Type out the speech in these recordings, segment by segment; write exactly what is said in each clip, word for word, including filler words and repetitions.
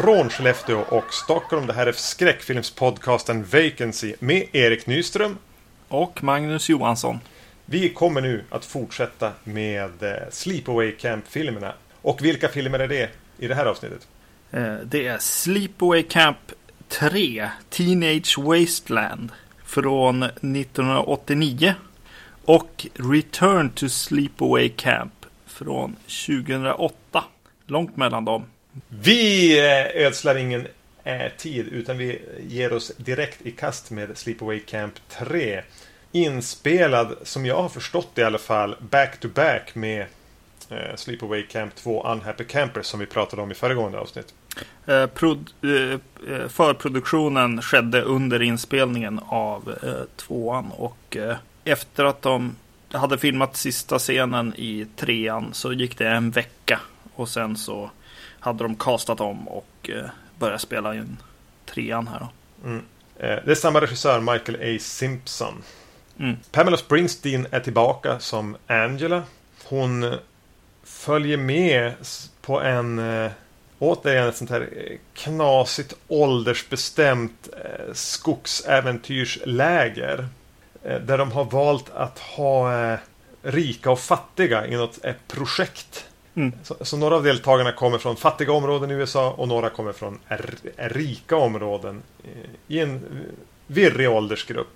från Skellefteå och Stockholm. Det här är skräckfilmspodcasten Vacancy med Erik Nyström och Magnus Johansson. Vi kommer nu att fortsätta med Sleepaway Camp-filmerna. Och vilka filmer är det i det här avsnittet? Det är Sleepaway Camp tre, Teenage Wasteland från nittonhundraåttionio och Return to Sleepaway Camp från tjugohundraåtta. Långt mellan dem. Vi ödslar ingen tid utan vi ger oss direkt i kast med Sleepaway Camp tre. Inspelad, som jag har förstått i alla fall, back to back med eh, Sleepaway Camp två Unhappy Campers som vi pratade om i föregående avsnitt. Eh, prod, eh, förproduktionen skedde under inspelningen av eh, tvåan och eh, efter att de hade filmat sista scenen i trean så gick det en vecka och sen så hade de castat om och eh, börjat spela in trean här då. Mm. Eh, det är samma regissör, Michael A. Simpson. Mm. Pamela Springsteen är tillbaka som Angela. Hon följer med på en eh, återigen ett sånt här knasigt åldersbestämt eh, skogsäventyrsläger eh, där de har valt att ha eh, rika och fattiga i något eh, projekt. Mm. Så, så några av deltagarna kommer från fattiga områden i U S A och några kommer från r- rika områden eh, i en virrig åldersgrupp.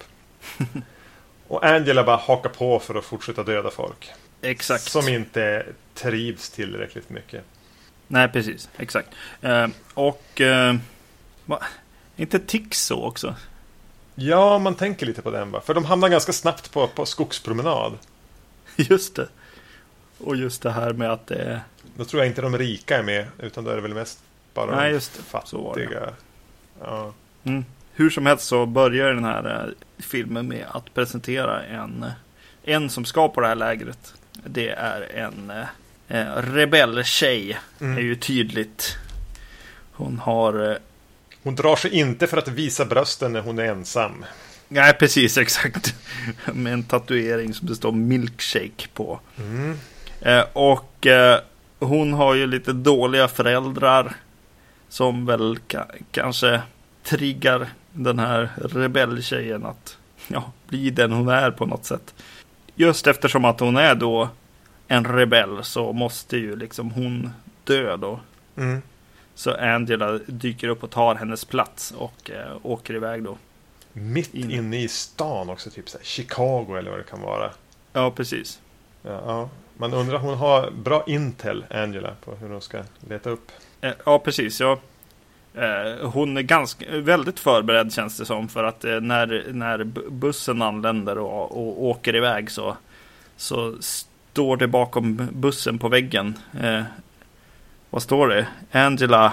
Och Angela bara hakar på för att fortsätta döda folk. Exakt. Som inte trivs tillräckligt mycket. Nej, precis. Exakt. Eh, och eh, va? Inte tics så också? Ja, man tänker lite på den va. För de hamnar ganska snabbt på, på skogspromenad. Just det. Och just det här med att det är... Då tror jag inte de rika är med. Utan då är det väl mest bara Nej, de just det. fattiga. Ja. Mm. Hur som helst så börjar den här eh, filmen med att presentera en, en som ska på det här lägret. Det är en eh, rebelltjej. Mm. Är ju tydligt. Hon har... Eh, Hon drar sig inte för att visa brösten när hon är ensam. nej, precis, exakt. Med en tatuering som det står milkshake på. Mm. Eh, och eh, hon har ju lite dåliga föräldrar som väl ka- kanske triggar den här rebelltjejen att ja, bli den hon är på något sätt. Just eftersom att hon är då en rebell så måste ju liksom hon dö då. Mm. Så Angela dyker upp och tar hennes plats och eh, åker iväg då. Mitt In. inne i stan också, typ så här, Chicago eller vad det kan vara. Ja, precis. Ja, ja. Man undrar, hon har bra intel, Angela, på hur hon ska leta upp. Eh, ja, precis. Ja. Eh, hon är ganska, väldigt förberedd känns det som. För att eh, när, när bussen anländer och, och åker iväg så, så står det bakom bussen på väggen. Eh, vad står det? Angela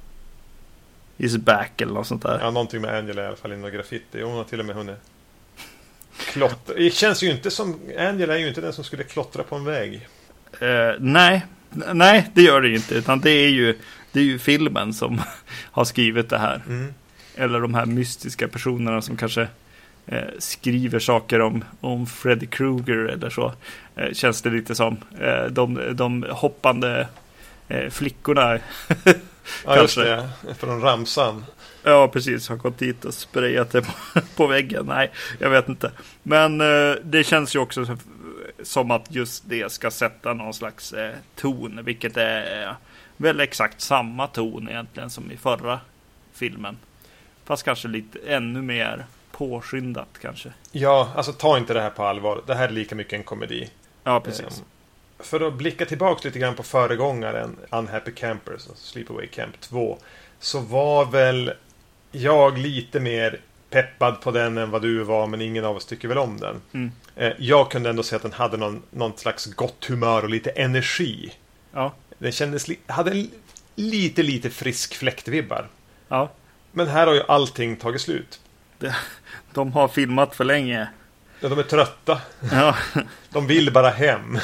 is back eller något sånt där. Ja, någonting med Angela i alla fall, inom graffiti. Hon har till och med hunnit klottra. Det känns ju inte som... Angela är ju inte den som skulle klottra på en väg. Eh, nej, nej, det gör det ju inte. Utan det är ju, det är ju filmen som har skrivit det här. Mm. Eller de här mystiska personerna som kanske eh, skriver saker om, om Freddy Krueger eller så. Eh, känns det lite som. Eh, de, de hoppande eh, flickorna. Ja, just det. Från ramsan. Ja, precis. Har gått dit och sprayat det på, på väggen. Nej, jag vet inte. Men eh, det känns ju också som, som att just det ska sätta någon slags eh, ton. Vilket är eh, väl exakt samma ton egentligen som i förra filmen. Fast kanske lite ännu mer påskyndat kanske. Ja, alltså ta inte det här på allvar. Det här är lika mycket en komedi. Ja, precis. Um, för att blicka tillbaka lite grann på föregångaren Unhappy Campers, Sleepaway Camp två, så var väl jag lite mer peppad på den än vad du var, men ingen av oss tycker väl om den. Mm. Eh, jag kunde ändå se att den hade någon, någon slags gott humör och lite energi. Ja. Den kändes li- hade en lite, lite frisk fläktvibbar. Ja. Men här har ju allting tagit slut. Det, de har filmat för länge. Ja, de är trötta. Ja. De vill bara hem.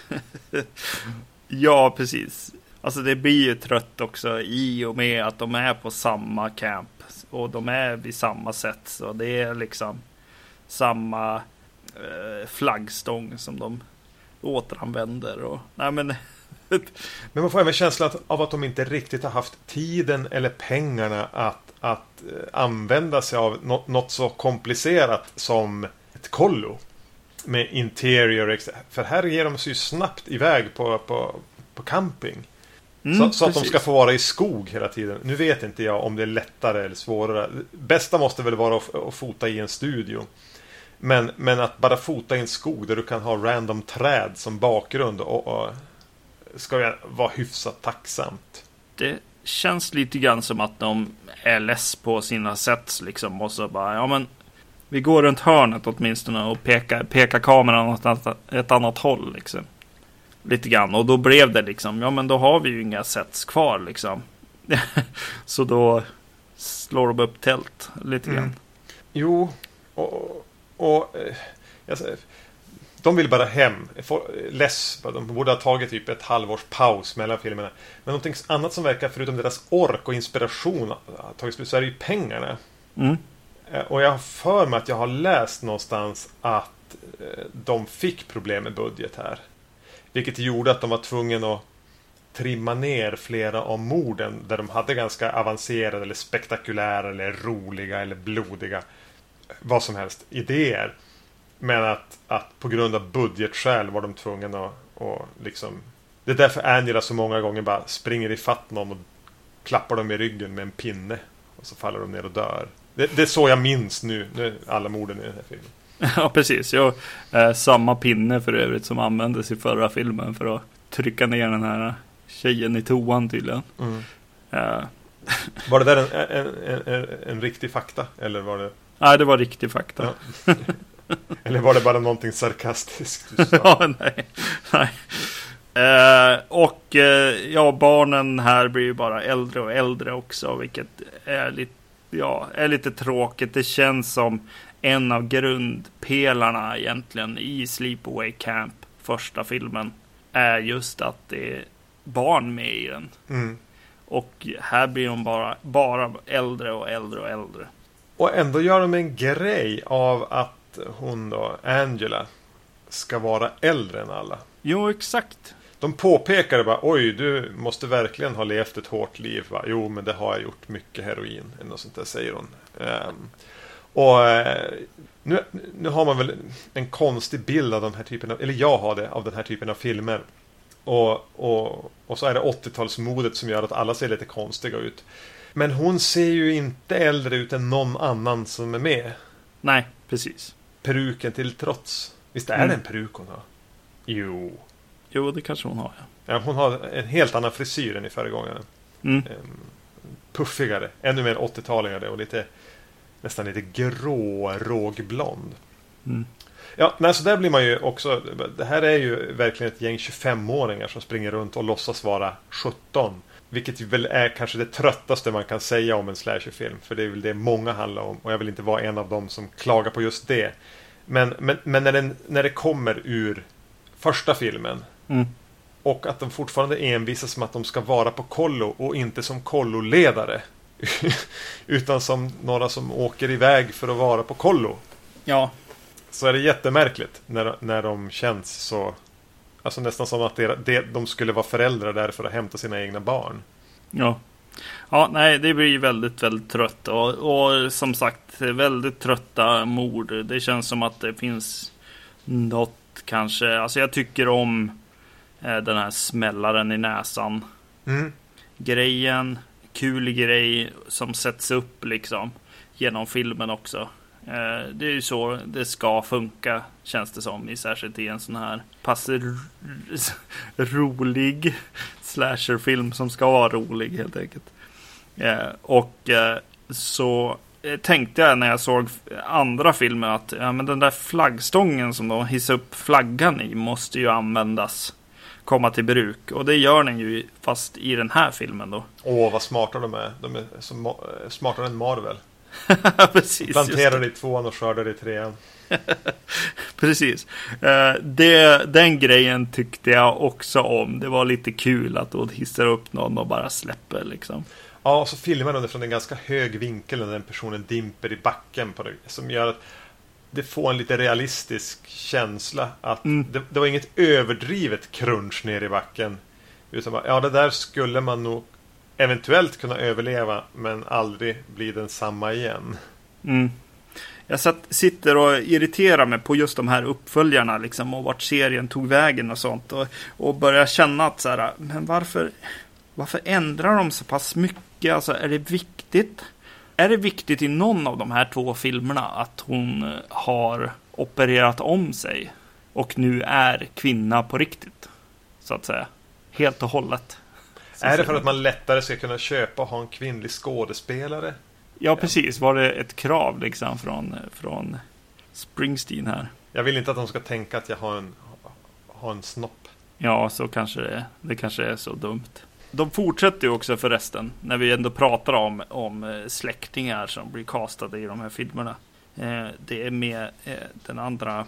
Ja, precis. Alltså det blir ju trött också i och med att de är på samma camp. Och de är vid samma sätt. Så det är liksom samma eh, flaggstång som de återanvänder. Och, nej men Men man får även känslan av att de inte riktigt har haft tiden eller pengarna att, att använda sig av något, något så komplicerat som ett kollo med interior. För här ger de sig ju snabbt iväg på, på, på camping. Mm, så, så att de ska få vara i skog hela tiden. Nu vet inte jag om det är lättare eller svårare. Bästa måste väl vara att, att fota i en studio. Men, men att bara fota i en skog där du kan ha random träd som bakgrund och, och ska jag vara hyfsat tacksamt. Det känns lite grann som att de är less på sina sets liksom. Och så bara, ja men vi går runt hörnet åtminstone och pekar, pekar kameran åt ett, ett annat håll liksom. Lite grann. Och då blev det liksom, ja men då har vi ju inga sets kvar liksom. Så då slår de upp tält lite grann. Mm. Jo, och, och jag säger, de vill bara hem. Less, de borde ha tagit typ ett halvårs paus mellan filmerna. Men någonting annat som verkar förutom deras ork och inspiration har tagit slut, så är det ju pengarna. Mm. Och jag har för mig att jag har läst någonstans att de fick problem med budget här. Vilket gjorde att de var tvungna att trimma ner flera av morden där de hade ganska avancerade eller spektakulära eller roliga eller blodiga, vad som helst, idéer. Men att, att på grund av budgetskäl var de tvungna att och liksom... Det är därför Angela så många gånger bara springer i fatt någon och klappar dem i ryggen med en pinne. Och så faller de ner och dör. Det, det är så jag minns nu, nu alla morden i den här filmen. Ja, precis. Jag, eh, samma pinne för övrigt som användes i förra filmen för att trycka ner den här tjejen i toan tydligen. Mm. Uh. Var det där en, en, en, en riktig fakta? Eller var det... Nej, det var riktig fakta. Ja. Eller var det bara någonting sarkastiskt du sa? Ja, nej. nej. Uh, och uh, ja, barnen här blir ju bara äldre och äldre också, vilket är lite, ja, är lite tråkigt. Det känns som en av grundpelarna egentligen i Sleepaway Camp, första filmen, är just att det är barn med i den. Mm. Och här blir de bara, bara äldre och äldre och äldre. Och ändå gör de en grej av att hon då, Angela, ska vara äldre än alla. Jo, exakt. De påpekar bara, oj, du måste verkligen ha levt ett hårt liv. Va? Jo, men det har jag gjort, mycket heroin. Eller något sånt där, säger hon. Um, och nu, nu har man väl en konstig bild av de här typen av, eller jag har det, av den här typen av filmer. Och, och, och så är det åttiotalsmodet som gör att alla ser lite konstiga ut. Men hon ser ju inte äldre ut än någon annan som är med. Nej, precis. Peruken till trots. Visst är mm. det en peruk hon har? Jo. Jo, det kanske hon har, ja. Ja, hon har en helt annan frisyr än i föregångaren. Mm. Um, puffigare, ännu mer åttiotaligare och lite, nästan lite grå, rågblond. Mm. Ja, nej, så där blir man ju också, det här är ju verkligen ett gäng tjugofemåringar som springer runt och låtsas vara sjutton. Vilket väl är kanske det tröttaste man kan säga om en slasherfilm. För det är väl det många handlar om. Och jag vill inte vara en av dem som klagar på just det. Men, men, men när, den, när det kommer ur första filmen. Mm. Och att de fortfarande envisas som att de ska vara på kollo. Och inte som kolloledare. Utan som några som åker iväg för att vara på kollo. Ja. Så är det jättemärkligt när, när de känns så... Alltså nästan som att det, det, de skulle vara föräldrar där för att hämta sina egna barn. Ja. Ja, nej, det blir väldigt, väldigt trött. Och, och som sagt, väldigt trötta mord. Det känns som att det finns något kanske... Alltså jag tycker om eh, den här smällaren i näsan. Mm. Grejen, kul grej som sätts upp liksom genom filmen också. Det är ju så det ska funka, känns det som, i särskilt i en sån här pass r- rolig slasherfilm som ska vara rolig helt enkelt. Och så tänkte jag när jag såg andra filmer att ja, men den där flaggstången som de hissar upp flaggan i måste ju användas, komma till bruk. Och det gör den ju fast i den här filmen då. Åh, vad smarta de är. De är så smartare än Marvel. Precis, planterar i tvåan och skördar i trean. Precis. uh, det, Den grejen tyckte jag också om. Det var lite kul att då hissar upp någon och bara släpper liksom. Ja, och så filmar de det från en ganska hög vinkel när den personen dimper i backen på det, som gör att det får en lite realistisk känsla att mm. det, det var inget överdrivet crunch ner i backen. Utan bara, ja, det där skulle man nog eventuellt kunna överleva, men aldrig bli den samma igen. Mm. Jag satt, sitter och irriterar mig på just de här uppföljarna liksom, och vart serien tog vägen och sånt. Och, och börjar känna att så här, men varför, varför ändrar de så pass mycket? Alltså, är det viktigt? Är det viktigt i någon av de här två filmerna att hon har opererat om sig och nu är kvinna på riktigt? Så att säga. Helt och hållet. Är det för att man lättare ska kunna köpa och ha en kvinnlig skådespelare? Ja, precis. Var det ett krav liksom från, från Springsteen här? Jag vill inte att de ska tänka att jag har en, har en snopp. Ja, så kanske det, det kanske är så dumt. De fortsätter ju också förresten, när vi ändå pratar om, om släktingar som blir castade i de här filmerna. Eh, det är med eh, den andra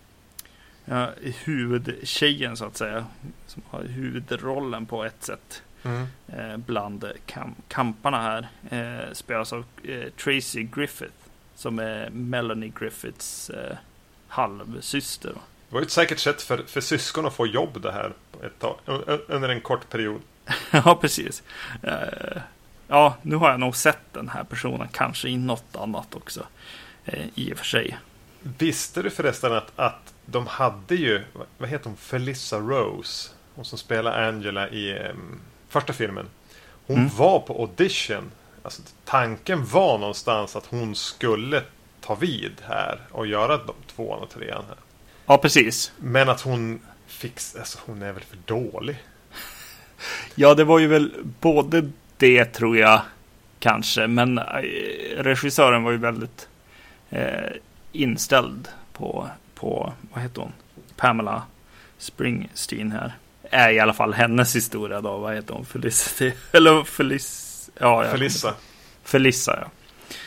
ja, huvudtjejen så att säga, som har huvudrollen på ett sätt. Mm. Eh, bland kam- kamparna här eh, spelas av eh, Tracy Griffith, som är Melanie Griffiths eh, halvsyster. Det var ju ett säkert sätt för, för syskon att få jobb det här på ett tag, under en kort period. Ja, precis. Eh, ja, nu har jag nog sett den här personen kanske i något annat också, eh, i och för sig. Visste du förresten att, att de hade ju, vad heter hon, Felissa Rose, hon som spelar Angela i um, första filmen. Hon mm. var på audition. Alltså, tanken var någonstans att hon skulle ta vid här och göra de tvåan och trean här. Ja, precis. Men att hon fick, alltså hon är väl för dålig. Ja, det var ju väl både det, tror jag, kanske. Men äh, regissören var ju väldigt äh, inställd på, på, vad heter hon? Pamela Springsteen här. Är i alla fall hennes historia då. Vad heter hon? Felicity? Eller Felic... Ja, Felissa. Felissa, ja.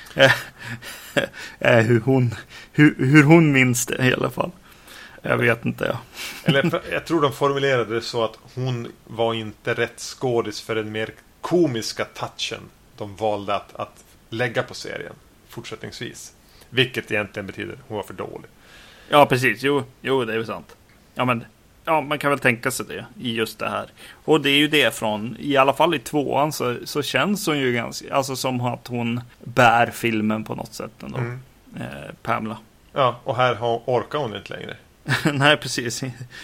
äh, hur, hon, hur, hur hon minns det i alla fall. Jag vet inte, ja. Eller jag tror de formulerade det så att hon var inte rätt skådis för den mer komiska touchen de valde att, att lägga på serien fortsättningsvis. Vilket egentligen betyder hon var för dålig. Ja, precis. Jo, jo det är ju sant. Ja, men ja, man kan väl tänka sig det i just det här. Och det är ju det från, i alla fall i tvåan så, så känns hon ju ganska, alltså som att hon bär filmen på något sätt ändå. Mm. Eh, Pamela. Ja, och här har, orkar hon inte längre. Nej, precis.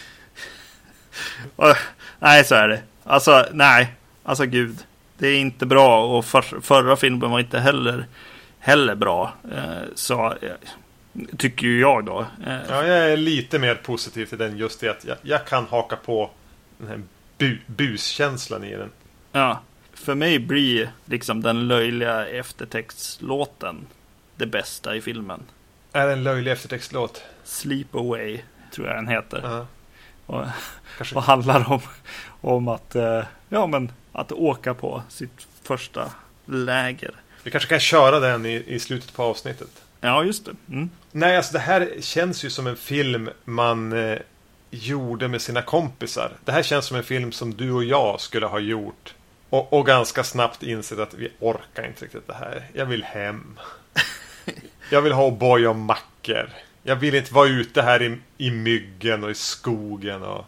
Nej, så är det. Alltså, nej. Alltså, gud. Det är inte bra. Och för, förra filmen var inte heller, heller bra. Eh, så eh, tycker ju jag då. Eh, ja, jag är lite mer positiv till den. Just det att jag, jag kan haka på den här bu, buskänslan i den. Ja. För mig blir liksom den löjliga eftertextlåten det bästa i filmen. Är det en löjlig eftertextlåt? Sleep Away, tror jag den heter. Uh-huh. Och, och handlar om, om att, eh, ja, men, att åka på sitt första läger. Vi kanske kan köra den i, i slutet på avsnittet. Ja, just det. Mm. Nej, alltså det här känns ju som en film man eh, gjorde med sina kompisar. Det här känns som en film som du och jag skulle ha gjort. Och, och ganska snabbt insett att vi orkar inte riktigt det här. Jag vill hem. Jag vill ha boy och mackor. Jag vill inte vara ute här i, i myggen och i skogen. Och...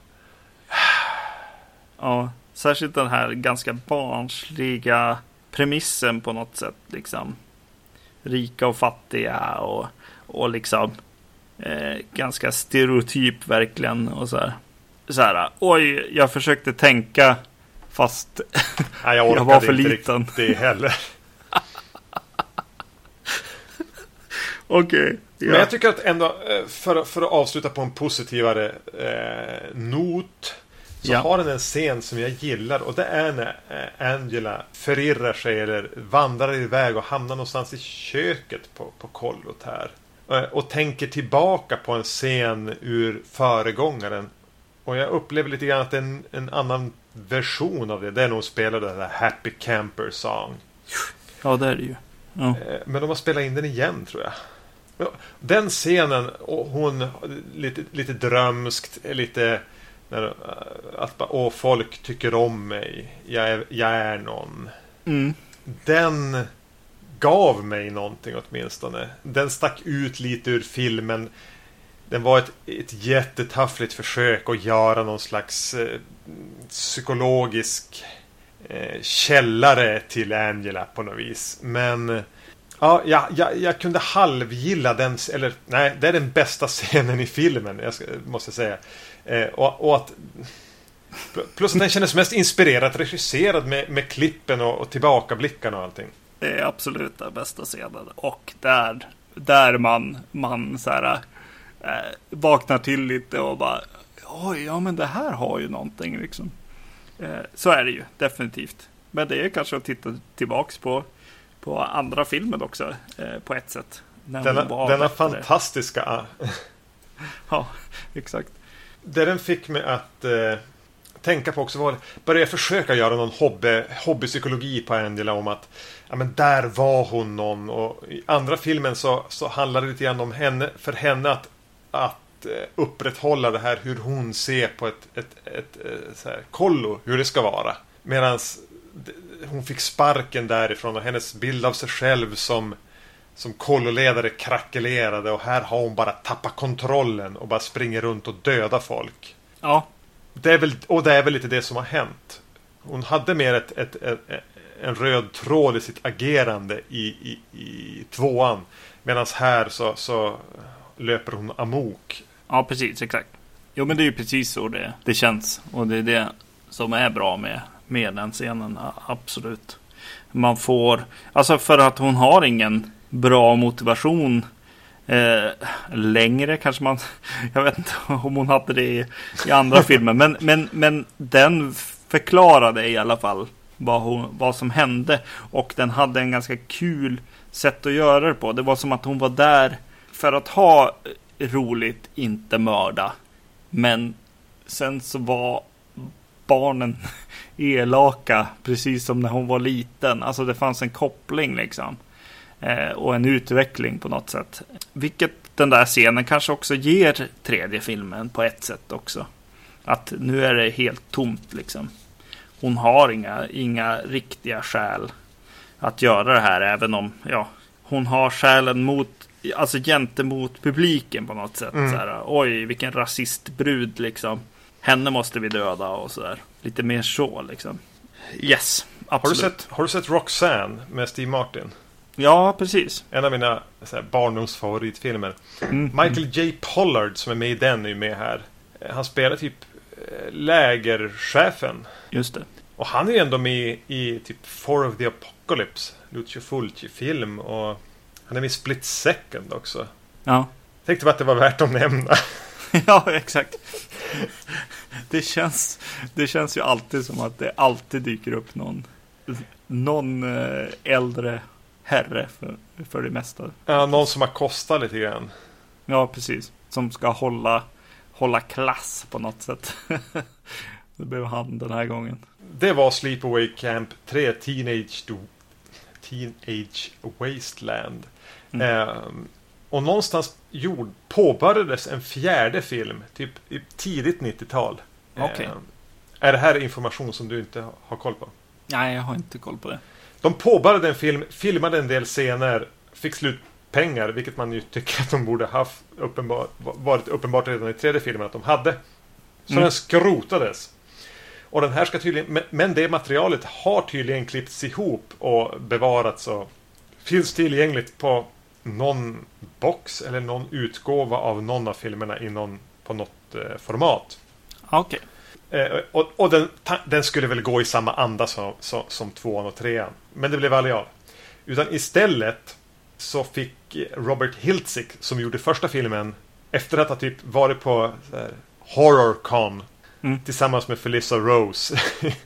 Ja, särskilt den här ganska barnsliga premissen på något sätt. Liksom. Rika och fattiga och, och liksom eh, ganska stereotyp verkligen. Och så här. Så här, oj, jag försökte tänka fast Nej, jag, jag var för liten. Det heller. Okej. Okay, ja. Men jag tycker att ändå, för, för att avsluta på en positivare eh, not, så ja. har den en scen som jag gillar. Och det är när eh, Angela förirrar sig eller vandrar iväg och hamnar någonstans i köket på, på kollot här. Eh, och tänker tillbaka på en scen ur föregångaren. Och jag upplever lite grann att det är en, en annan version av det. Det är nog spelade den där Happy Camper Song. Ja, det är det ju. Ja. Eh, men de har spelat in den igen, tror jag. Den scenen, och hon lite, lite drömskt, lite när, att åh, folk tycker om mig, jag är, jag är någon. Mm. Den gav mig någonting åtminstone. Den stack ut lite ur filmen. den var ett, ett jättetaffligt försök att göra någon slags eh, psykologisk eh, källare till Angela på något vis. Men ja, jag, jag, jag kunde halvgilla den, eller nej, det är den bästa scenen i filmen, jag ska, måste säga. Eh, och, och att plus att den kändes mest inspirerad, regisserad med, med klippen och, och tillbakablickarna och allting. Det är absolut den bästa scenen. Och där, där man, man så här, äh, vaknar till lite och bara oj, ja men det här har ju någonting liksom. Eh, så är det ju, definitivt. Men det är kanske att titta tillbaks på, på andra filmer också, eh, på ett sätt. Denna, denna fantastiska... Ja, exakt. Det den fick mig att eh, tänka på också var, började jag försöka göra någon hobby, hobbypsykologi på Angela om att ja, men där var hon någon, och i andra filmen så, så handlar det lite grann om henne, för henne att, att eh, upprätthålla det här hur hon ser på ett, ett, ett, ett så här, kollo, hur det ska vara. Medan hon fick sparken därifrån och hennes bild av sig själv som som kolloledare krackelerade, och här har hon bara tappat kontrollen och bara springer runt och dödar folk. Ja. Det är väl, och det är väl lite det som har hänt. Hon hade mer ett, ett, ett, en röd tråd i sitt agerande i, i, i tvåan. Medan här så, så löper hon amok. Ja, precis, exakt. Jo, men det är ju precis så det, det känns. Och det är det som är bra med, med den scenen, absolut. Man får, alltså för att hon har ingen bra motivation eh, längre kanske man, jag vet inte om hon hade det i, i andra filmer, men, men, men den förklarade i alla fall vad, hon, vad som hände, och den hade en ganska kul sätt att göra det på. Det var som att hon var där för att ha roligt, inte mörda, men sen så var barnen elaka precis som när hon var liten. Alltså det fanns en koppling liksom. Eh, och en utveckling på något sätt. Vilket den där scenen kanske också ger tredje filmen på ett sätt också. Att nu är det helt tomt liksom. Hon har inga, inga riktiga skäl att göra det här, även om ja, hon har skälen mot, alltså gentemot publiken på något sätt. Mm. Så här, oj, vilken rasistbrud liksom. Henne måste vi döda och sådär. Lite mer så liksom. Yes, absolut. Har du sett, har du sett Roxanne med Steve Martin? Ja, precis. En av mina så här, barndomsfavoritfilmer. Mm. Michael J. Pollard som är med i den är ju med här. Han spelar typ lägerchefen. Just det. Och han är ju ändå med i typ Four of the Apocalypse, Lucio Fulci-film, och han är med i Split Second också. Ja. Tänkte bara att det var värt att nämna. Ja, exakt. Det känns, det känns ju alltid som att det alltid dyker upp någon, någon äldre herre för, för det mesta. Ja, någon som har kostat lite grann. Ja, precis. Som ska hålla, hålla klass på något sätt. Det blev han den här gången. Det var Sleepaway Camp tre, Teenage, Teenage Wasteland. Mm. Um, och någonstans gjord, påbörjades en fjärde film typ i tidigt nittiotal. Okay. Um, är det här information som du inte har koll på? Nej, jag har inte koll på det. De påbörjade en film, filmade en del scener, fick slut pengar, vilket man ju tycker att de borde haft uppenbar, varit uppenbart redan i tredje filmen att de hade. Så mm. den skrotades. Och den här ska tydligen, men det materialet har tydligen klippts ihop och bevarats och finns tillgängligt på någon box eller någon utgåva av någon av filmerna i någon, på något eh, format. Okej. Okay. Eh, och och den, ta, den skulle väl gå i samma anda som, som, som tvåan och trean. Men det blev aldrig av. Utan istället så fick Robert Hiltzik, som gjorde första filmen, efter att ha typ varit på så här, HorrorCon mm. tillsammans med Felissa Rose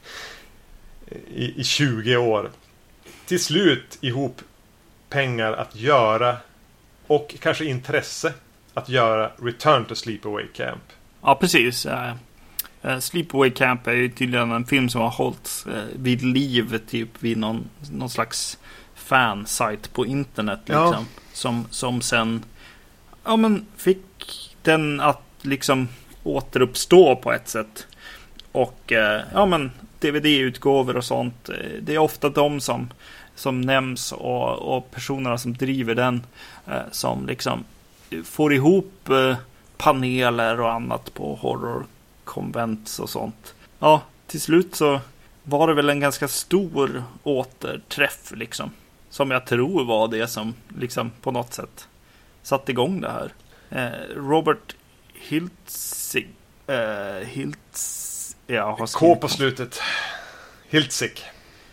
i, i tjugo år, till slut ihop pengar att göra, och kanske intresse att göra Return to Sleepaway Camp. Ja, precis. Uh, Sleepaway Camp är ju tydligen en film som har hållits uh, vid liv typ vid någon, någon slags fansite på internet liksom, ja. som, som sen ja, men fick den att liksom återuppstå på ett sätt. Och uh, ja, men D V D-utgåvor och sånt, uh, det är ofta de som som nämns och, och personerna som driver den eh, som liksom får ihop eh, paneler och annat på horrorkonvents och sånt. Ja, till slut så var det väl en ganska stor återträff liksom. Som jag tror var det som liksom på något sätt satte igång det här. Eh, Robert Hiltzik. Eh, Hiltz, ja, har K på slutet. Hiltzik.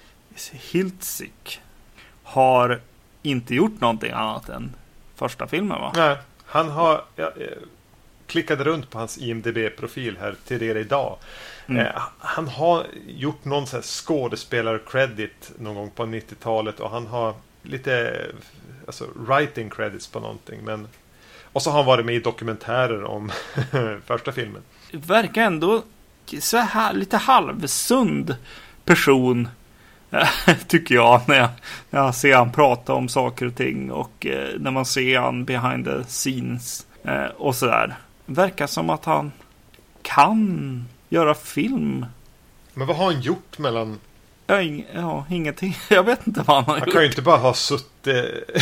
Hiltzik har inte gjort någonting annat än första filmen, va? Nej, han har... Jag, jag klickade runt på hans I M D B-profil här till det idag. Mm. Eh, han har gjort någon sån här skådespelar-credit någon gång på nittiotalet och han har lite alltså, writing credits på någonting. Men... Och så har han varit med i dokumentärer om första filmen. Det verkar ändå så här lite halvsund person tycker jag när, jag när jag ser han prata om saker och ting och eh, när man ser han behind the scenes eh, och sådär. Verkar som att han kan göra film. Men vad har han gjort mellan... Ja, ing- ja ingenting. Jag vet inte vad han har han gjort. Han kan ju inte bara ha suttit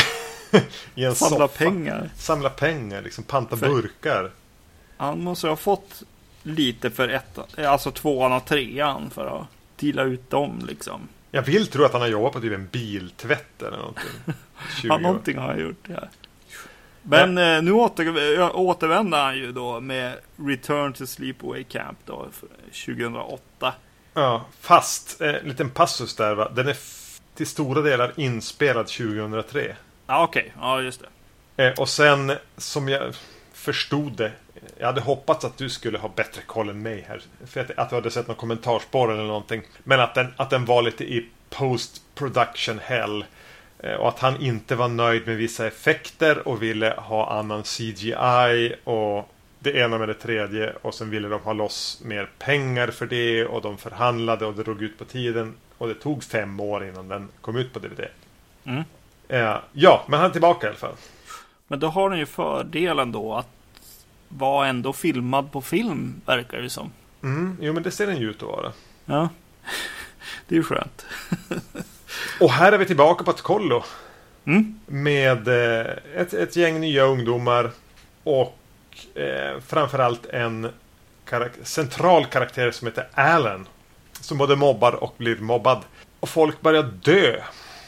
i en Samla soffa. pengar. Samla pengar, liksom panta för... burkar. Han måste ha fått lite för ett, alltså tvåan och trean för att dela ut dem liksom. Jag vill tro att han har jobbat på typ en biltvätt eller någonting. Ja, någonting har han gjort, ja. Men eh, nu åter, återvänder han ju då med Return to Sleepaway Camp då, tjugohundraåtta. Ja, fast en eh, liten passus där, va? Den är f- till stora delar inspelad tjugohundratre. Ja, okej. Okay. Ja, just det. Eh, och sen, som jag förstod det, jag hade hoppats att du skulle ha bättre koll än mig här. För att, att du hade sett någon kommentarspår eller någonting. Men att den, att den var lite i post-production hell. Eh, och att han inte var nöjd med vissa effekter och ville ha annan C G I och det ena med det tredje. Och sen ville de ha loss mer pengar för det och de förhandlade och det drog ut på tiden. Och det tog fem år innan den kom ut på D V D. Mm. Eh, ja, men han är tillbaka i alla fall. Men då har den ju fördelen då att var ändå filmad på film, verkar det som. Mm, jo, men det ser den ju ut att vara. Ja, det är ju skönt. Och här är vi tillbaka på ett kollo. Mm. Med eh, ett, ett gäng nya ungdomar och eh, framförallt en karak- central karaktär som heter Alan. Som både mobbar och blir mobbad. Och folk börjar dö.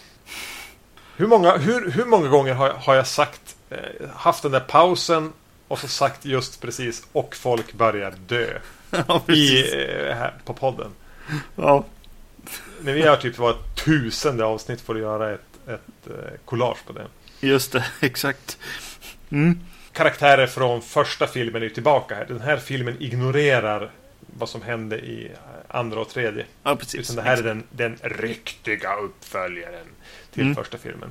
Hur många, hur, hur många gånger har, har jag sagt eh, haft den där pausen och så sagt just precis och folk börjar dö ja, i, eh, här på podden. Ja. När vi har typ var tusende avsnitt för att göra ett, ett eh, collage på det. Just det, exakt. Mm. Karaktärer från första filmen är tillbaka här. Den här filmen ignorerar vad som hände i andra och tredje. Ja, precis. Utan det här är den, den riktiga uppföljaren till mm. första filmen.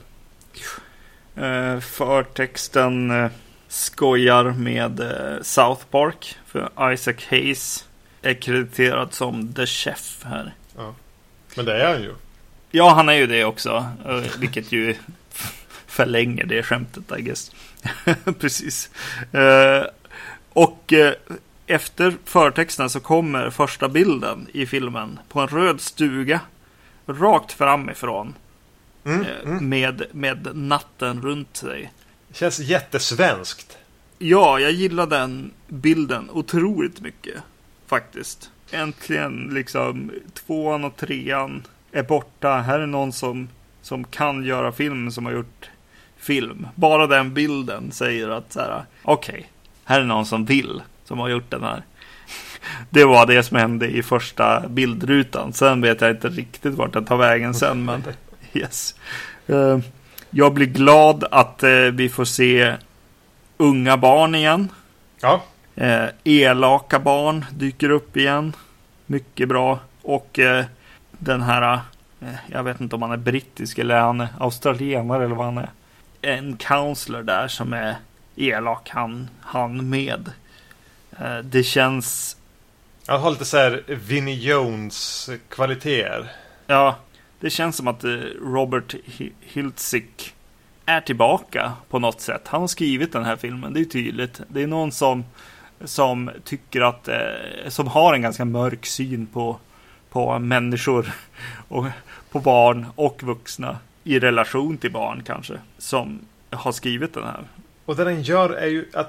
Uh, förtexten uh, skojar med uh, South Park. För Isaac Hayes är krediterad som The Chef här. Ja. Men det är han ju. Ja, han är ju det också. Uh, vilket ju förlänger det skämtet, I guess. Precis. Uh, och uh, efter förtexten så kommer första bilden i filmen på en röd stuga rakt framifrån. Mm, mm. Med, med natten runt sig. Det känns jättesvenskt. Ja, jag gillar den bilden otroligt mycket. Faktiskt. Äntligen liksom tvåan och trean är borta. Här är någon som, som kan göra film, som har gjort film. Bara den bilden säger att så här, okej, okay, här är någon som vill, som har gjort den här. Det var det som hände i första bildrutan. Sen vet jag inte riktigt vart den tar vägen sen, men yes. Uh, jag blir glad att uh, vi får se unga barn igen. Ja. Uh, elaka barn dyker upp igen. Mycket bra. Och uh, den här, uh, jag vet inte om han är brittisk eller han är australienare eller vad han är. En counselor där som är elak, han, han med. Uh, det känns... Han har lite så här Vinnie Jones kvaliteter. Ja, det känns som att Robert Hiltzik är tillbaka på något sätt. Han har skrivit den här filmen, det är tydligt. Det är någon som, som tycker att eh, som har en ganska mörk syn på, på människor och på barn och vuxna i relation till barn kanske, som har skrivit den här. Och det den gör är ju att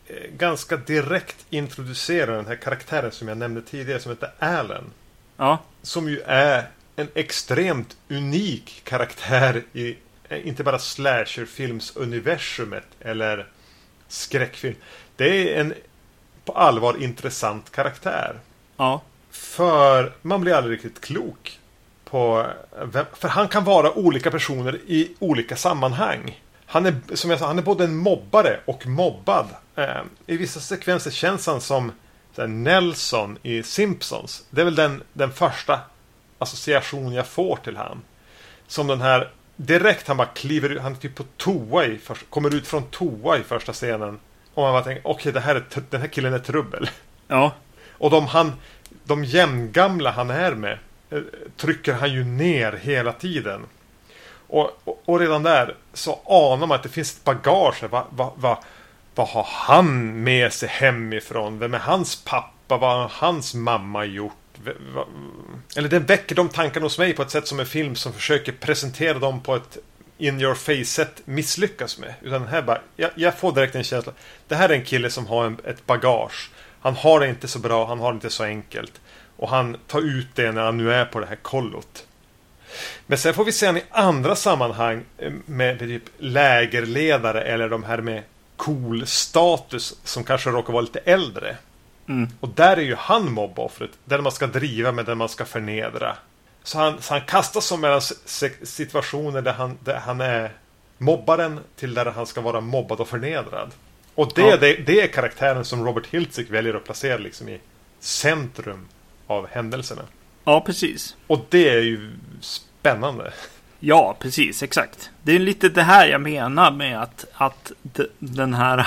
ganska direkt introducerar den här karaktären som jag nämnde tidigare, som heter Alan. Ja. Som ju är en extremt unik karaktär i inte bara slasherfilmsuniversumet eller skräckfilm. Det är en på allvar intressant karaktär. Ja. För man blir aldrig riktigt klok på vem, för han kan vara olika personer i olika sammanhang. Han är, som jag sa, han är både en mobbare och mobbad. Eh, I vissa sekvenser känns han som här, Nelson i Simpsons. Det är väl den, den första association jag får till han. Som den här, direkt han bara kliver ut, han är typ på toa i, för, kommer ut från toa i första scenen. Och man bara tänker, okej, det här är, den här killen är trubbel. Ja. Och de, han, de jämngamla han är med trycker han ju ner hela tiden. Och, och, och redan där så anar man att det finns ett bagage. Vad va, va, va har han med sig hemifrån? Vem är hans pappa? Vad har hans mamma gjort? Va, eller det väcker de tankarna hos mig på ett sätt som en film som försöker presentera dem på ett in your face-sätt misslyckas med. Utan den här bara, jag, jag får direkt en känsla. Det här är en kille som har en, ett bagage. Han har det inte så bra, han har det inte så enkelt. Och han tar ut det när han nu är på det här kollot. Men sen får vi se han i andra sammanhang med typ lägerledare eller de här med cool status som kanske råkar vara lite äldre. Mm. Och där är ju han mobboffret. Där man ska driva med, där man ska förnedra. Så han, så han kastas som mellan situationer där han, där han är mobbaren till där han ska vara mobbad och förnedrad. Och det, ja. det, det är karaktären som Robert Hiltzik väljer att placera liksom i centrum av händelserna. Ja, precis. Och det är ju spännande. Ja, precis, exakt. Det är lite det här jag menar med att, att d- den här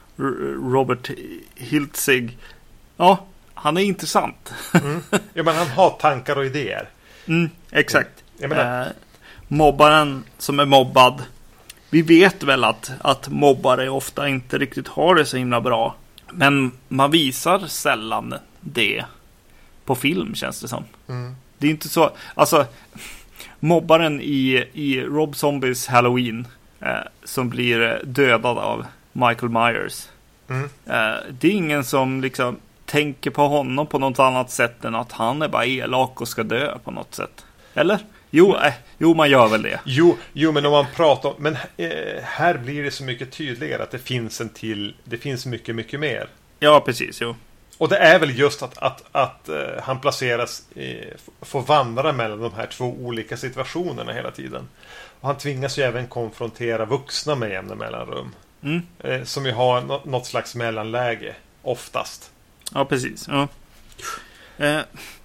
Robert Hiltzik, ja, han är intressant. Mm. Ja, men han har tankar och idéer. Mm, exakt. Jag menar... eh, mobbaren som är mobbad. Vi vet väl att, att mobbare ofta inte riktigt har det så himla bra. Men man visar sällan det på film, känns det som. Mm. Det är inte så... Alltså, mobbaren i, i Rob Zombies Halloween eh, som blir dödad av Michael Myers. Mm. Eh, det är ingen som liksom tänker på honom på något annat sätt än att han är bara elak och ska dö på något sätt. Eller? Jo, äh, jo man gör väl det. Jo, jo men om man pratar... Men eh, här blir det så mycket tydligare att det finns en till... Det finns mycket, mycket mer. Ja, precis, jo. Och det är väl just att, att, att uh, han placeras i, får vandra mellan de här två olika situationerna hela tiden. Och han tvingas ju även konfrontera vuxna med jämna mellanrum. Mm. Eh, som ju har no- något slags mellanläge, oftast. Ja, precis. Ja. Eh,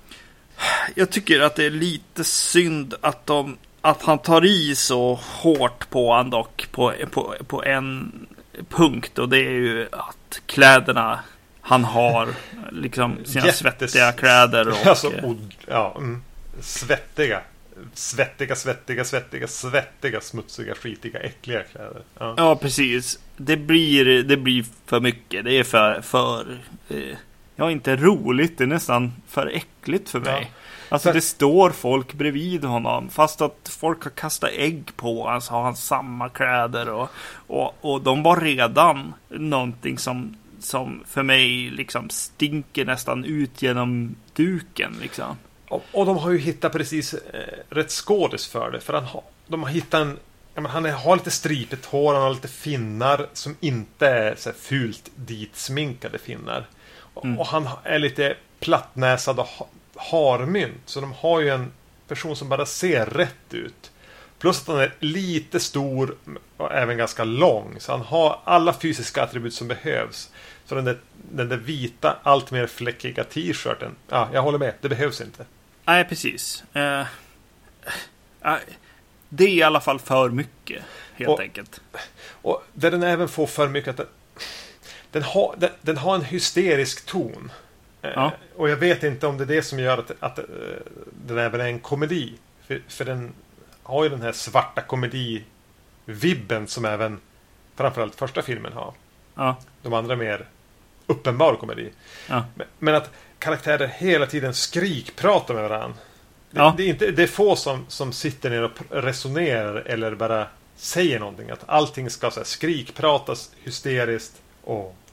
jag tycker att det är lite synd att, de, att han tar i så hårt på han dock på, på, på en punkt. Och det är ju att kläderna... Han har liksom sina Jättes... svettiga kläder och... Alltså, och, ja, mm, svettiga. Svettiga, svettiga, svettiga, svettiga, smutsiga, skitiga, äckliga kläder. Ja, ja precis. Det blir, det blir för mycket. Det är för... för eh, ja, inte roligt. Det är nästan för äckligt för mig. Ja. Alltså för... det står folk bredvid honom. Fast att folk har kastat ägg på. Alltså har han samma kläder. Och, och, och de var redan någonting som... som för mig liksom stinker nästan ut genom duken liksom. Och, och de har ju hittat precis eh, rätt skådis för det. För han har, de har hittat en... Ja, men han är, har lite stripigt hår, han har lite finnar som inte är så här fult ditsminkade finnar. Och, mm. och han är lite plattnäsad och ha, harmynt. Så de har ju en person som bara ser rätt ut. Plus att han är lite stor och även ganska lång. Så han har alla fysiska attribut som behövs. Så den där, den där vita, allt mer fläckiga t-shirten. Ja, jag håller med. Det behövs inte. Nej, precis. Uh, uh, det är i alla fall för mycket, helt och, enkelt. Och där den även får för mycket att den, den, har, den, den har en hysterisk ton. Ja. Uh, och jag vet inte om det är det som gör att, att uh, den även är en komedi. För, för den har ju den här svarta komedi-vibben som även framförallt första filmen har. Ja. De andra mer uppenbar komedi. Ja. Men, men att karaktärer hela tiden skrikpratar med varandra. Det, ja. det, är inte, det är få som, som sitter ner och resonerar eller bara säger någonting. Att allting ska så här, skrikpratas hysteriskt. Och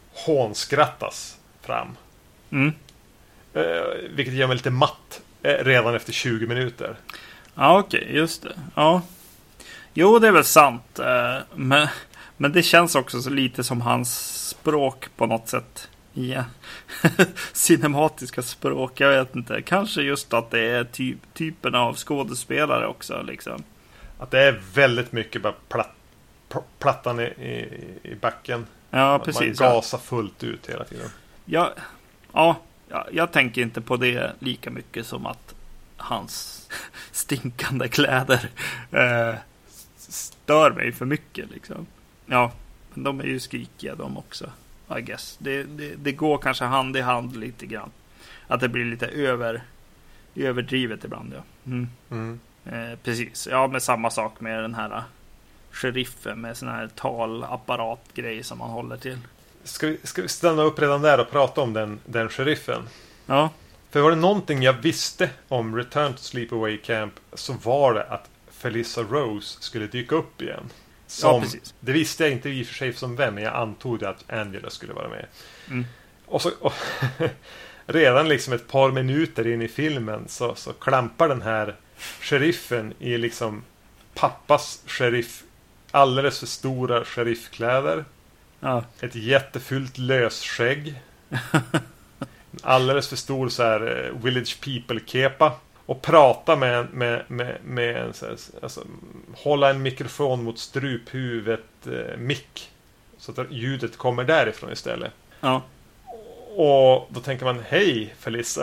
hånskrattas fram. Mm. Eh, vilket gör mig lite matt eh, redan efter tjugo minuter. Ja, okej, okay, just det. Ja. Jo, det är väl sant. Eh, men, men det känns också så lite som hans språk på något sätt. Ja. Cinematiska språk, jag vet inte. Kanske just att det är typ, typen av skådespelare också liksom. Att det är väldigt mycket bara platt, plattan i, i, i backen. Ja, precis. Man gasar fullt ut hela tiden. Ja, ja, ja, jag tänker inte på det lika mycket som att hans stinkande kläder eh, stör mig för mycket liksom. Ja, men de är ju skrikiga de också. I guess. Det, det, det går kanske hand i hand lite grann. Att det blir lite över, överdrivet ibland. Ja. Mm. Mm. Eh, precis. Ja, med samma sak med den här sheriffen med sån här talapparatgrej som man håller till. Ska vi, ska vi stanna upp redan där och prata om den, den sheriffen? Ja. För var det någonting jag visste om Return to Sleepaway Camp så var det att Felissa Rose skulle dyka upp igen. Som, ja, precis. Det visste jag inte i och för sig som vem, men jag antog att Angela skulle vara med. Mm. Och så och redan liksom ett par minuter in i filmen så, så klampar den här sheriffen i liksom pappas sheriff, alldeles för stora sheriffkläder. Ja. Ett jättefullt lösskägg. Alldeles för stor så här uh, Village People-kepa. Och prata med, med, med, med en så här, alltså, hålla en mikrofon mot struphuvudet eh, mick. Så att ljudet kommer därifrån istället. Ja. Och då tänker man, hej Felissa.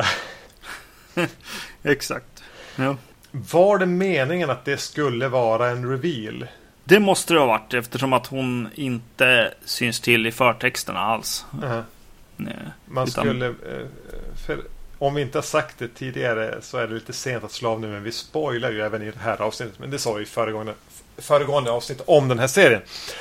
Exakt. Ja. Var det meningen att det skulle vara en reveal? Det måste det ha varit, eftersom att hon inte syns till i förtexterna alls. Uh-huh. Nej, man utan... skulle... För om vi inte har sagt det tidigare så är det lite sent att slå av nu, men vi spoilar ju även i det här avsnittet. Men det sa vi i föregående, föregående avsnitt om den här serien.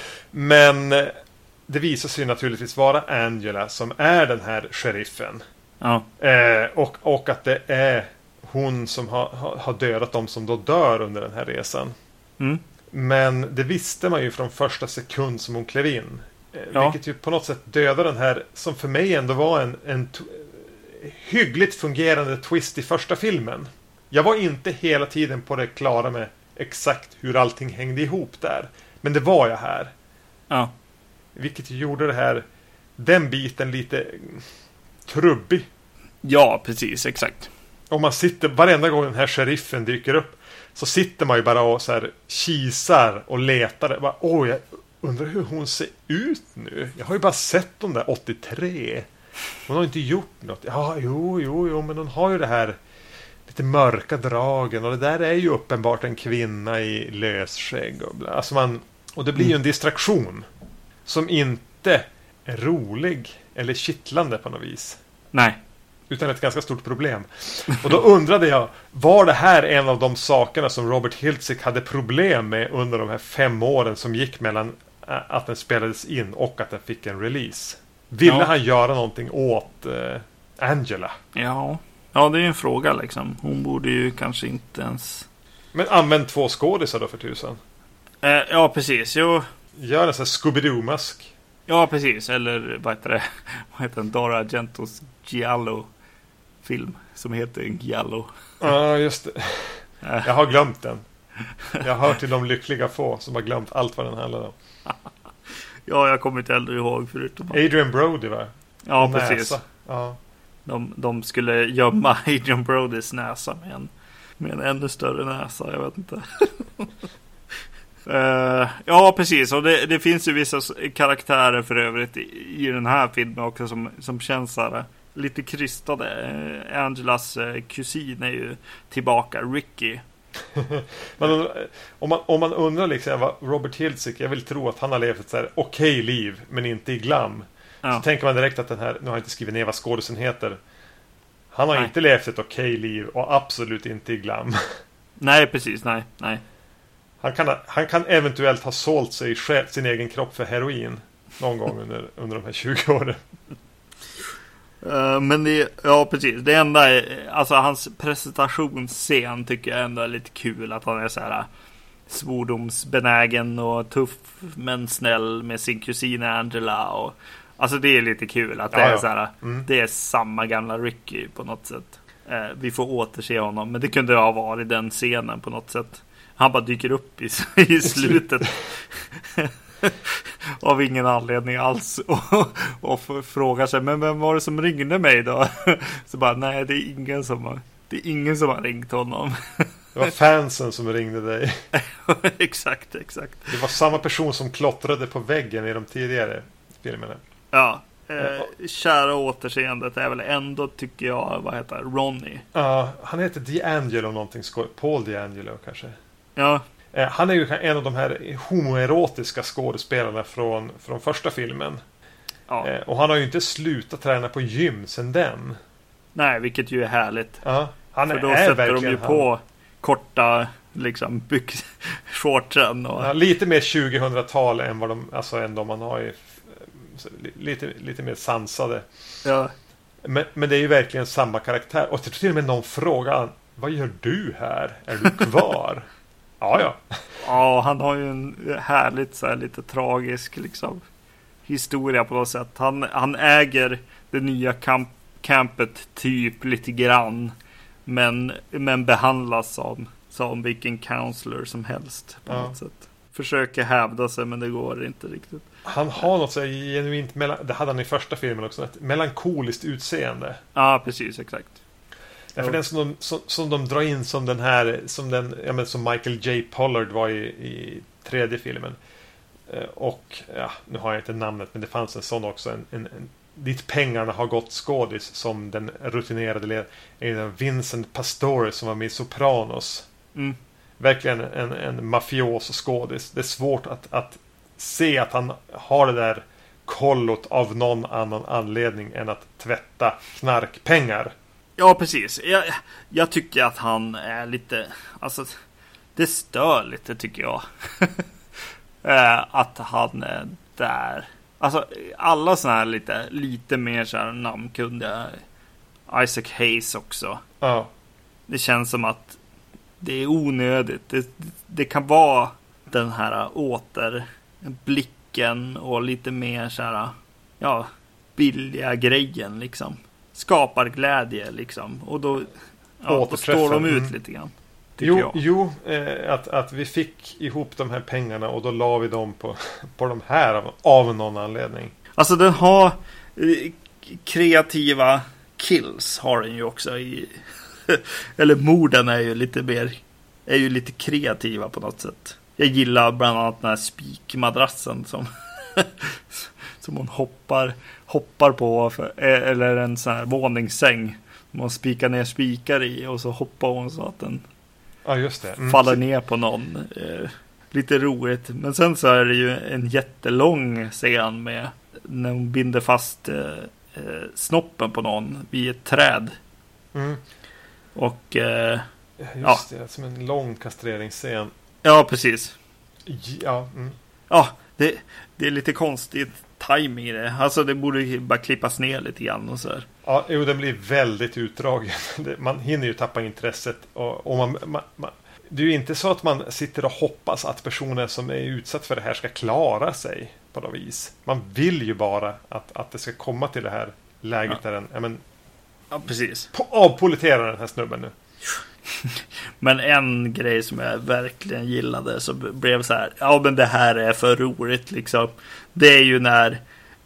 Men det visar sig naturligtvis vara Angela som är den här sheriffen. Ja. Eh, och, och att det är hon som har, har dödat dem som då dör under den här resan. Mm. Men det visste man ju från första sekund som hon klev in. Eh, ja. Vilket ju på något sätt dödar den här, som för mig ändå var en, en t- hyggligt fungerande twist i första filmen. Jag var inte hela tiden på det klara med exakt hur allting hängde ihop där. Men det var jag här. Ja. Vilket gjorde det här, den biten lite trubbig. Ja, precis, exakt. Om man sitter, varenda gång den här sheriffen dyker upp så sitter man ju bara och så här kisar och letar. Bara, åh, jag undrar hur hon ser ut nu. Jag har ju bara sett dem där åttiotre. Hon har inte gjort något. Ja, jo, jo, jo, men hon har ju det här lite mörka dragen. Och det där är ju uppenbart en kvinna i lösskägg. Och, bla. Alltså man, och det blir ju en distraktion som inte är rolig eller kittlande på något vis. Nej. Utan ett ganska stort problem. Och då undrade jag, var det här en av de sakerna som Robert Hiltzik hade problem med under de här fem åren som gick mellan att den spelades in och att den fick en release? Ville ja. han göra någonting åt eh, Angela? Ja. Ja, det är ju en fråga liksom. Hon borde ju kanske inte ens... Men använd två skådisar då för tusen. Eh, ja, precis. Jo. Gör en sån här Scooby-Doo-mask. Ja, precis. Eller vad heter det? Vad heter den? Dara Argentos Giallo-film som heter Giallo. Ja, just det. Jag har glömt den. Jag hör till de lyckliga få som har glömt allt vad den handlar om. Ja, jag kommer inte heller ihåg förutom... Adrian Brody, va? Ja, näsa. precis. Ja. De, de skulle gömma Adrian Brodys näsa med en, med en ännu större näsa, jag vet inte. uh, ja, precis. Och det, det finns ju vissa karaktärer för övrigt i, i den här filmen också som, som känns här, lite krystade. Uh, Angelas uh, kusin är ju tillbaka, Ricky. Men om, man, om man undrar liksom vad Robert Hiltzik, jag vill tro att han har levt ett så här okej liv men inte i glam. Ja. Så tänker man direkt att den här, nu har jag inte skrivit ner vad skådisen heter. Han har nej. inte levt ett okej liv och absolut inte i glam. Nej, precis, nej, nej. Han kan, han kan eventuellt ha sålt sig själv, sin egen kropp för heroin någon gång under, under de här tjugo åren. Uh, men det, ja precis, det enda är, alltså hans presentationsscen tycker jag ändå är lite kul, att han är så här svordomsbenägen och tuff men snäll med sin kusin Angela och, Alltså det är lite kul att det ja, är ja. så här, mm. det är samma gamla Ricky på något sätt. Eh, vi får återse honom, men det kunde ha varit den scenen på något sätt. Han bara dyker upp i, i slutet av ingen anledning alls och, och frågar sig, men vem var det som ringde mig då? Så bara, nej, det är ingen som har, det är ingen som har ringt honom. Det var fansen som ringde dig. Exakt, exakt. Det var samma person som klottrade på väggen i de tidigare filmerna. Ja, eh, kära återseendet är väl ändå, tycker jag, vad heter Ronny? Ja, han heter D'Angelo någonting, Paul D'Angelo kanske. Ja. Eh, han är ju en av de här homoerotiska skådespelarna från, från första filmen. Ja. Eh, och han har ju inte slutat träna på gym sedan den. Nej, vilket ju är härligt. Ja, han för då är sätter de ju han. på korta liksom byxshortsen och... Ja, lite mer tjugohundratal än vad de, alltså än de man har i, lite, lite mer sansade. Ja. Men, men det är ju verkligen samma karaktär. Och till och med någon frågar, vad gör du här? Är du kvar? Ja, ja. Ja, han har ju en härligt så här, lite tragisk liksom historia på något sätt. Han, han äger det nya camp, campet typ lite grann. Men, men behandlas som, som vilken counselor som helst på ja. något sätt. Försöker hävda sig, men det går inte riktigt. Han har något så här genuint, det hade han i första filmen också, ett melankoliskt utseende. Ja, precis, exakt. Därför den som de, som, som de drar in som den här, som den, ja, men som Michael J. Pollard var i, i tredje filmen. Eh, och, ja, nu har jag inte namnet, men det fanns en sån också, en, en, en dit pengarna har gått skådis som den rutinerade ledaren Vincent Pastore som var med i Sopranos. Mm. Verkligen en, en mafios skådis. Det är svårt att, att se att han har det där kollot av någon annan anledning än att tvätta knarkpengar. Ja, precis. Jag, jag tycker att han är lite... Alltså, det stör lite, tycker jag. Att han är där. Alltså, alla såna här lite, lite mer så här namnkundiga. Isaac Hayes också. Ja. Det känns som att det är onödigt. Det, det kan vara den här återblicken och lite mer så här, ja, billiga grejen liksom. Skapar glädje liksom. Och då, ja, då står de ut lite grann. Jo, jag. jo eh, att, att vi fick ihop de här pengarna och då la vi dem på, på de här av, av någon anledning. Alltså den har eh, kreativa kills har den ju också i eller morden är ju lite mer är ju lite kreativa på något sätt. Jag gillar bland annat den här spikmadrassen som som hon hoppar hoppar på för, eller en sån här våningssäng som hon spikar ner spikar i och så hoppar hon så att den ja, just det. Mm. faller ner på någon. Eh, lite roligt. Men sen så är det ju en jättelång scen med när hon binder fast eh, eh, snoppen på någon vid ett träd. Mm. Och eh, just ja. det, som en lång kastreringsscen. Ja, precis. Ja, mm. Ja, det, det är lite konstigt timing i det. Alltså det borde bara klippas ner lite grann och så här. Ja, jo, den blir väldigt utdragen. Man hinner ju tappa intresset och, och man, man, man, det är ju inte så att man sitter och hoppas att personer som är utsatt för det här ska klara sig på något vis. Man vill ju bara att, att det ska komma till det här läget ja. där den, ja, men, ja, precis. Avpolitera den här snubben nu. Men en grej som jag verkligen gillade så blev så här, ja men det här är för roligt liksom. Det är ju när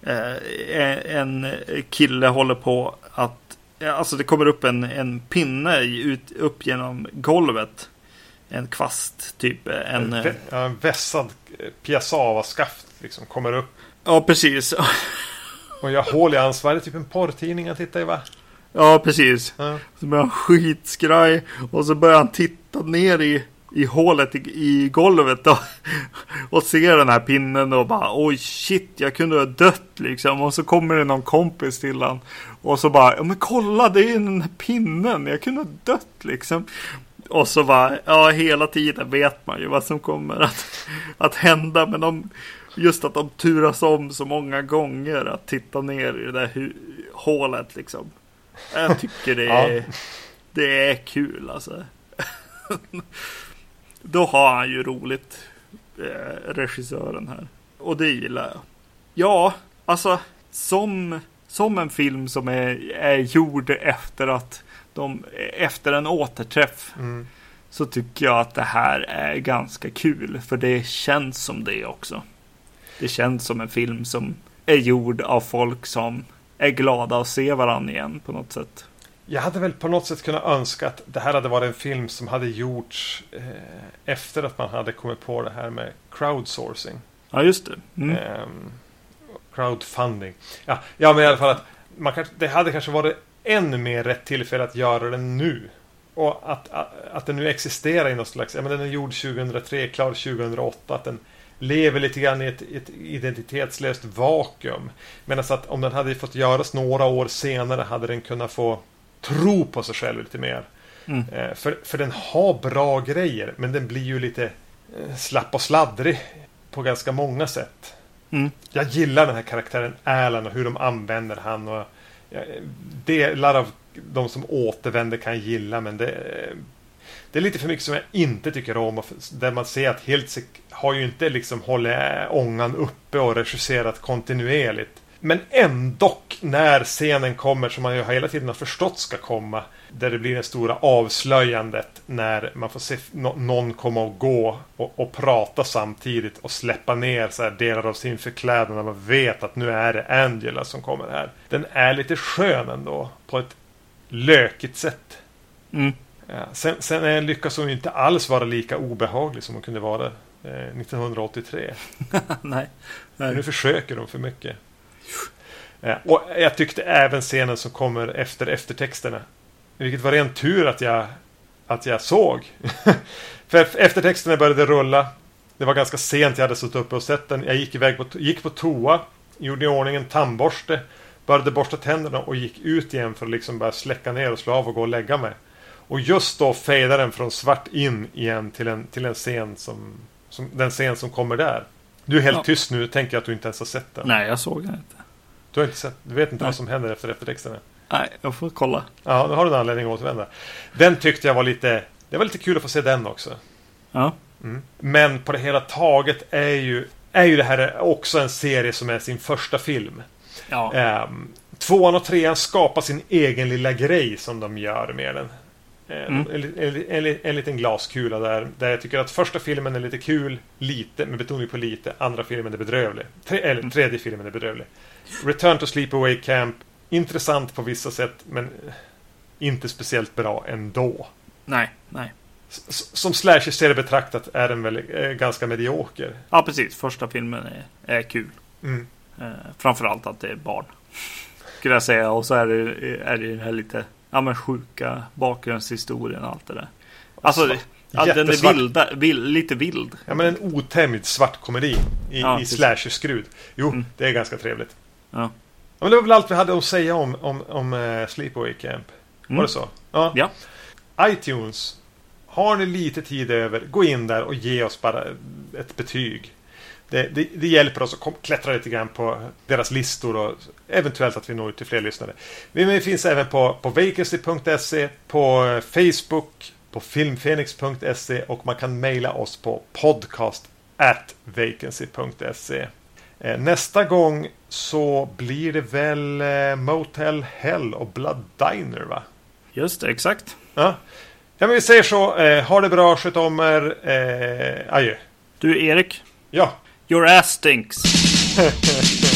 eh, en kille håller på att, alltså det kommer upp en, en pinne ut, upp genom golvet. En kvast typ. En, en, vä- en vässad piassava-skaft liksom kommer upp. Ja, precis. Och jag håller i ansvaret, typ en porrtidning att titta i, va? Ja, precis. Ja. Så börjar han skitskraj och så börjar han titta ner i, i hålet i, i golvet då, och ser den här pinnen och bara, oj shit, jag kunde ha dött liksom. Och så kommer det någon kompis till han och så bara, ja men kolla, det är den här pinnen, jag kunde ha dött liksom. Och så bara, ja hela tiden vet man ju vad som kommer att, att hända, men de, just att de turas om så många gånger att titta ner i det där hu- hålet liksom. Jag tycker det är, ja. det är kul alltså. Då har han ju roligt, eh, regissören här. Och det gillar jag. Ja, alltså som, som en film som är, är gjord efter att de, efter en återträff, mm. så tycker jag att det här är ganska kul, för det känns som det också. Det känns som en film som är gjord av folk som är glada att se varandra igen på något sätt. Jag hade väl på något sätt kunnat önska att det här hade varit en film som hade gjorts eh, efter att man hade kommit på det här med crowdsourcing. Ja, just det. Mm. Eh, crowdfunding. Ja, ja, men i alla fall att man kanske, det hade kanske varit än mer rätt tillfälle att göra den nu. Och att, att, att den nu existerar i något slags... Ja, men den är gjord tjugohundratre, klar tjugohundraåtta. Att den lever lite grann i ett, ett identitetslöst vakuum. Medan att om den hade fått göras några år senare hade den kunnat få tro på sig själv lite mer. Mm. Eh, för, för den har bra grejer, men den blir ju lite eh, slapp och sladdrig på ganska många sätt. Mm. Jag gillar den här karaktären Alan och hur de använder han. Och, ja, delar av de som återvänder kan jag gilla, men det, det är lite för mycket som jag inte tycker om. Och där man ser att Hiltzik har ju inte liksom hållit ångan uppe och regisserat kontinuerligt. Men ändå när scenen kommer, som man ju hela tiden har förstått ska komma, där det blir det stora avslöjandet när man får se no- någon komma och gå och, och prata samtidigt och släppa ner så här delar av sin förklädnad när man vet att nu är det Angela som kommer här. Den är lite skön ändå på ett lökigt sätt. Mm. Ja, sen, sen lyckas hon ju inte alls vara lika obehaglig som hon kunde vara eh, nittonhundraåttiotre. Nej. Nej. Nu försöker de för mycket. Ja, och jag tyckte även scenen som kommer efter eftertexterna, vilket var ren tur att jag att jag såg. För eftertexterna började rulla. Det var ganska sent, jag hade suttit uppe och sett den. Jag gick iväg på, gick på toa, gjorde i ordning en tandborste, började borsta tänderna och gick ut igen för att liksom bara släcka ner och slå av och gå och lägga mig. Och just då fejdade den från svart in igen till en, till en scen som, som den scen som kommer där. Du är helt ja. tyst nu, tänker jag att du inte ens har sett den. Nej, jag såg den inte. Du har inte sett, du vet inte Nej. vad som händer efter eftertexterna. Nej, jag får kolla. Ja, då har du en anledning att återvända. Den tyckte jag var lite, det var lite kul att få se den också. Ja. Mm. Men på det hela taget är ju, är ju det här också en serie som är sin första film. Ja. Ehm, tvåan och trean skapar sin egen lilla grej som de gör med den. Ehm, mm. en, en, en, en liten glaskula där, där jag tycker att första filmen är lite kul, lite, med betoning på lite. Andra filmen är bedrövlig. Tre, eller mm. tredje filmen är bedrövlig. Return to Sleepaway Camp, intressant på vissa sätt, men inte speciellt bra ändå. Nej, nej. S- som slasher-serie betraktat är den väl eh, ganska medioker. Ja, precis. Första filmen är, är kul. Mm. Eh, framförallt att det är barn, skulle jag säga. Och så är det, är det den här lite ja, men sjuka bakgrundshistorien och allt det där. Alltså, det, ja, den är vilda, vild, lite vild. Ja, men en otämjd svart komedi i, ja, i slasher-skrud. Jo, mm. det är ganska trevligt. Ja. Ja, men det var väl allt vi hade att säga om, om, om uh, Sleepaway Camp. Mm. Var det så? Ja. ja. iTunes. Har ni lite tid över, gå in där och ge oss bara ett betyg. Det, det, det hjälper oss att kom, klättra lite grann på deras listor och eventuellt att vi når ut till fler lyssnare. Vi finns även på, på vacancy punkt se, på Facebook, på filmfenix punkt se och man kan mejla oss på podcast at vacancy punkt se. Nästa gång så blir det väl Motel Hell och Blood Diner, va? Just det, exakt. Ja, ja men vi säger så. Eh, ha det bra, sköt om er. Eh, adjö. Du, Erik. Ja. Your ass stinks.